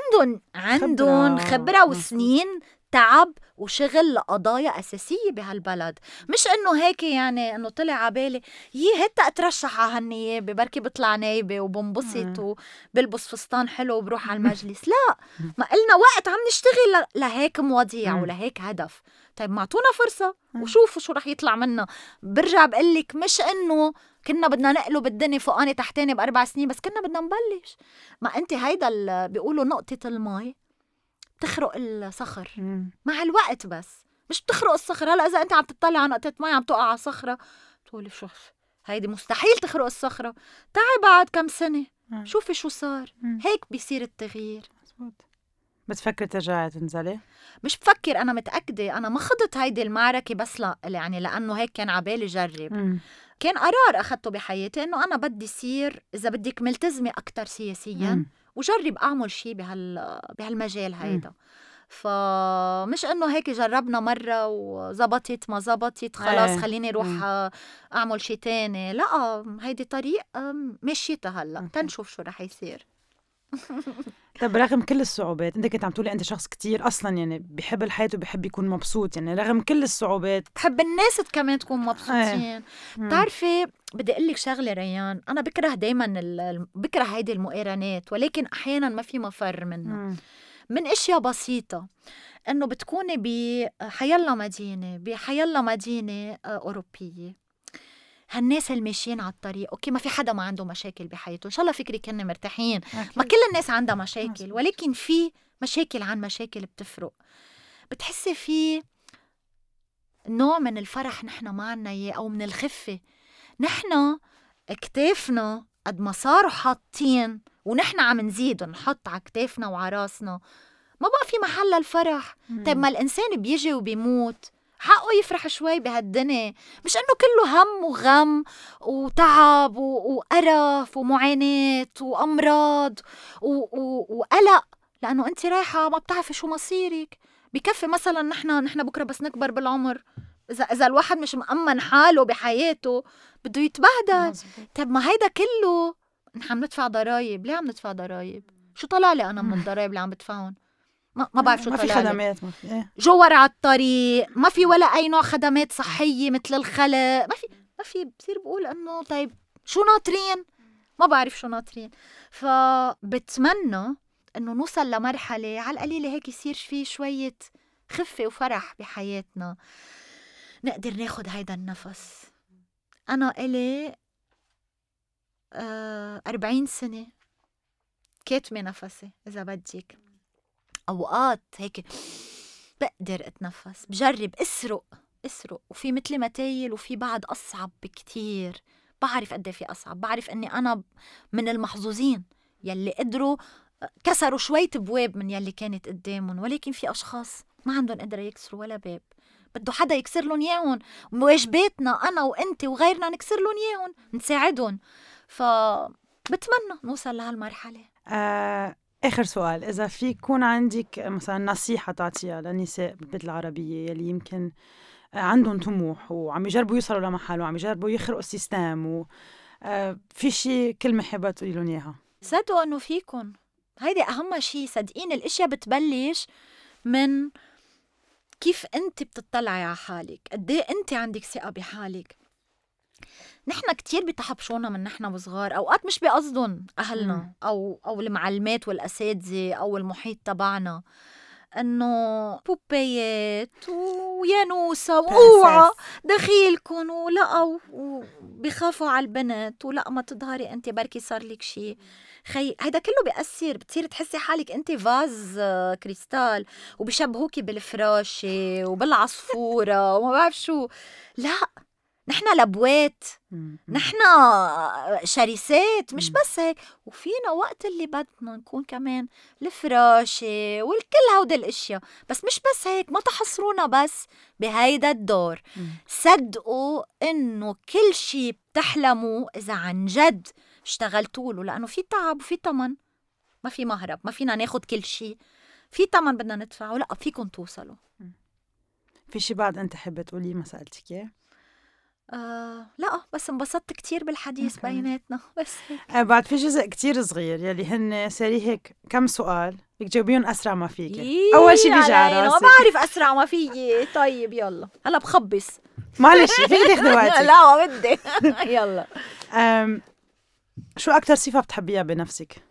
S4: عندهم خبرة وسنين تعب وشغل لقضايا أساسية بهالبلد. مش إنه هيك يعني إنه طلع عبالي هتا أترشح على هالنيابة بركي بطلع نايبة وبنبسط وبلبس فستان حلو وبروح على المجلس. لا، ما قلنا وقت عم نشتغل لهيك مواضيع ولهيك هدف. طيب معطونا فرصة وشوفوا شو رح يطلع منا. برجع بقلك مش إنه كنا بدنا نقلب الدنيا فوقاني تحتاني ب4 سنين، بس كنا بدنا نبلش. ما أنت هيدا بيقولوا نقطة المي تخرق الصخر مع الوقت، بس مش بتخرق الصخر. هلا إذا أنت عم تطلع على نقطة مي عم تقع على صخرة تقولي شوف هيدي مستحيل تخرق الصخرة، تعي بعد كم سنة شوفي شو صار. هيك بيصير التغيير.
S1: بتفكر ترجعي تنزلي؟ مش
S4: بفكر، أنا متأكدة أنا ما خضت هيدي المعركة بس يعني لأنه هيك كان عبالي جرب. كان قرار أخذته بحياتي إنه أنا بدي صير إذا بدك ملتزمة أكتر سياسياً وجرب أعمل شيء بهالمجال هيدا. فمش إنه هيك جربنا مرة وزبطت ما زبطت خلاص خليني روح أعمل شيء تاني. لا، هيدي طريق مشيتها هلا تنشوف شو رح يصير.
S1: طب رغم كل الصعوبات، انت كنت عم تقولي انت شخص كتير اصلا يعني بيحب الحياة وبيحب يكون مبسوط، يعني رغم كل الصعوبات
S4: بحب الناس كمان تكون مبسوطين. بتعرفي بدي اقول لك شغله ريان، انا بكره دايما بكره هيدي المقارنات، ولكن احيانا ما في مفر منها. من اشياء بسيطه، انه بتكوني بحيالله مدينه اوروبيه، هالناس الماشيين على الطريق اوكي ما في حدا ما عنده مشاكل بحياته، ان شاء الله فكري كنا مرتاحين أكيد. ما كل الناس عندها مشاكل، ولكن في مشاكل عن مشاكل بتفرق. بتحسي في نوع من الفرح نحن ما عنا اياه، او من الخفه. نحن كتافنا قد ما صاروا حاطين ونحن عم نزيد نحط على كتافنا وعلى راسنا، ما بقى في محل للفرح. طيب ما الانسان بيجي وبيموت حقه يفرح شوي بهالدنيا، مش انه كله هم وغم وتعب وقرف ومعاناة وامراض وقلق، لانه انت رايحه ما بتعرفي شو مصيرك. بكفي مثلا نحن بكره بس نكبر بالعمر، اذا الواحد مش مأمن حاله بحياته بده يتبهدل. طب ما هيدا كله نحن عم ندفع ضرايب. ليه عم ندفع ضرايب؟ شو طلع لي انا من الضرايب اللي عم بدفعهم؟ ما بعرف شو طلع لي.
S1: ما في خدمات، ما في
S4: جوار على الطريق، ما في ولا اي نوع خدمات صحيه مثل الخلق، ما ما في. بصير بقول إنه طيب شو ناطرين؟ ما بعرف شو ناطرين. فبتمنى إنه نوصل لمرحلة على القليلة هيك يصير في شوية خفة وفرح بحياتنا، نقدر ناخد هيدا النفس. أنا إلي 40 سنة كاتمة نفسي إذا بدك. أوقات هيك بقدر أتنفس، بجرب أسرق، وفي مثل متايل وفي بعد أصعب بكتير. بعرف قد في أصعب، بعرف أني أنا من المحظوظين يلي قدروا كسروا شوية بواب من يلي كانت قدامهم، ولكن في أشخاص ما عندهم قدرة يكسروا ولا باب، بده حدا يكسر لهم ياهن. واجباتنا أنا وإنتي وغيرنا نكسر لهم ياهن، نساعدهم. فبتمنى نوصل لهالمرحلة.
S1: آخر سؤال، إذا في يكون عندك مثلا نصيحة تعطيها للنساء بالبلاد العربية يلي يمكن عندهم طموح وعم يجربوا يوصلوا لمحل وعم يجربوا يخرقوا السيستم في شي كلمة حابة تقولي لهم إياها؟
S4: صدقوا إنه فيكن، هيدي أهم شي. صدقين الأشياء بتبلش من كيف أنت بتطلعي على حالك، قد ايه أنت عندك ثقة بحالك. نحن كتير بتحبشونا من نحن وصغار، أوقات مش بقصدن أهلنا أو المعلمات والأساتذة أو المحيط تبعنا، إنه بوبيات ويانوسة وأوعى دخيلكن ولقوا وبيخافوا على البنت ولا ما تظهري أنت بركي صار لك شي. هيدا كله بيأثر، بتصير تحسي حالك أنت فاز كريستال وبيشبهوكي بالفراشة وبالعصفورة وما بعرف شو. لا، نحن لبوات، نحن شرسات، مش بس هيك. وفينا وقت اللي بدنا نكون كمان الفراشة والكل هودا الاشياء، بس مش بس هيك. ما تحصرونا بس بهيدا الدور. صدقوا انه كل شي بتحلموا اذا عن جد اشتغلتوا له، لانه في تعب وفي تمن، ما في مهرب، ما فينا ناخد كل شي، في تمن بدنا ندفعه. لا، فيكم توصلوا.
S1: في شي بعد انت حابة تقولي ما سألتك اياه؟
S4: لا، بس انبسطت كتير بالحديث بيناتنا. بس
S1: بعد في جزء كتير صغير يلي هن ساري هيك كم سؤال بدك تجاوبيهم أسرع ما فيك. أول شي بيجي على راسك.
S4: ما بعرف أسرع ما فيي. طيب يلا هلا بخبص.
S1: معلش فيك تاخدي وقتك.
S4: لا ما بدي. يلا.
S1: شو أكتر صفة بتحبيها بنفسك؟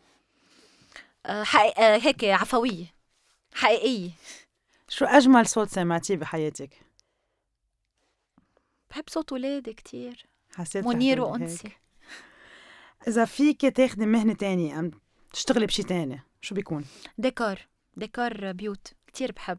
S4: هيك عفوية حقيقية.
S1: شو أجمل صوت سمعتيه بحياتك؟
S4: بحب صوت ولادي كتير،
S1: حسيت
S4: منير وأنسي.
S1: إذا فيك تاخدي مهنة تانية أم تشتغلي بشي تاني شو بيكون؟ ديكور
S4: بيوت كتير بحب.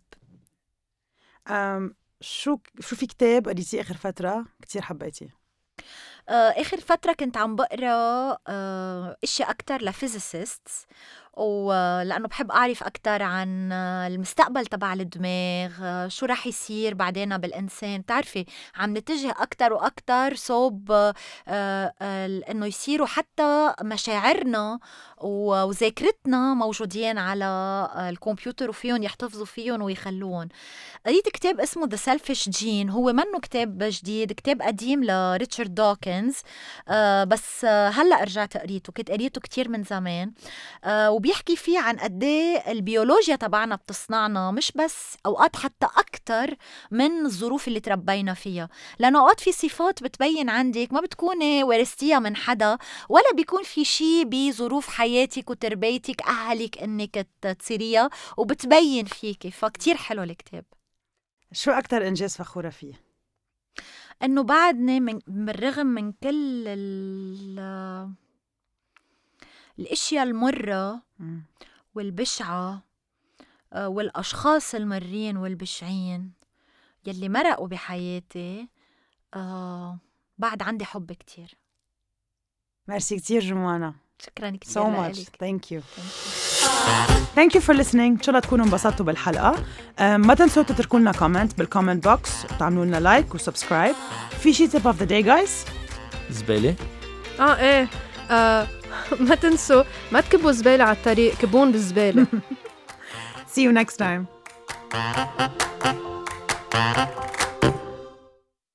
S1: شو في كتاب قريتيه آخر فترة كتير حبيتيه؟
S4: آخر فترة كنت عم بقرأ إشياء أكتر لفيزيسيستس، ولأنه بحب أعرف أكتر عن المستقبل تبع الدماغ، شو رح يصير بعدين بالإنسان. تعرفي عم نتجه أكتر وأكتر صوب إنه يصيروا حتى مشاعرنا وذاكرتنا موجودين على الكمبيوتر وفيهم يحتفظوا فيهم ويخلوهم. قريت كتاب اسمه The Selfish Gene، هو منه كتاب جديد، كتاب قديم لريتشارد دوكنز، بس هلأ رجعت قريته، كنت قريته كتير من زمان. وبيحكي فيه عن قديه البيولوجيا تبعنا بتصنعنا، مش بس أوقات حتى أكتر من الظروف اللي تربينا فيها. لأنه أوقات في صفات بتبين عندك ما بتكوني ورثتيها من حدا، ولا بيكون في شي بظروف حياتك وتربيتك أهلك إنك تصيريها وبتبين فيكي. فكتير حلو الكتاب.
S1: شو أكتر إنجاز فخورة فيه؟
S4: إنه بعدني بالرغم من كل الاشياء المرة والبشعة والاشخاص المرين والبشعين يلي مرقوا بحياتي، بعد عندي حب كتير.
S1: ميرسي كتير جمانة.
S4: شكرا كتير
S1: so much.
S4: لك.
S1: Thank you. Thank you for listening. إن شاء الله تكونوا انبسطتوا بالحلقة. ما تنسوا تتركوا لنا كومنت بالكومنت بوكس وتعملوا لنا لايك وسبسكرايب. في شي tip of the day guys؟
S2: زبالة؟
S3: ايه ما تنسوا ما تكبوا زبالة على الطريق، كبون بالزبالة.
S1: See you next time.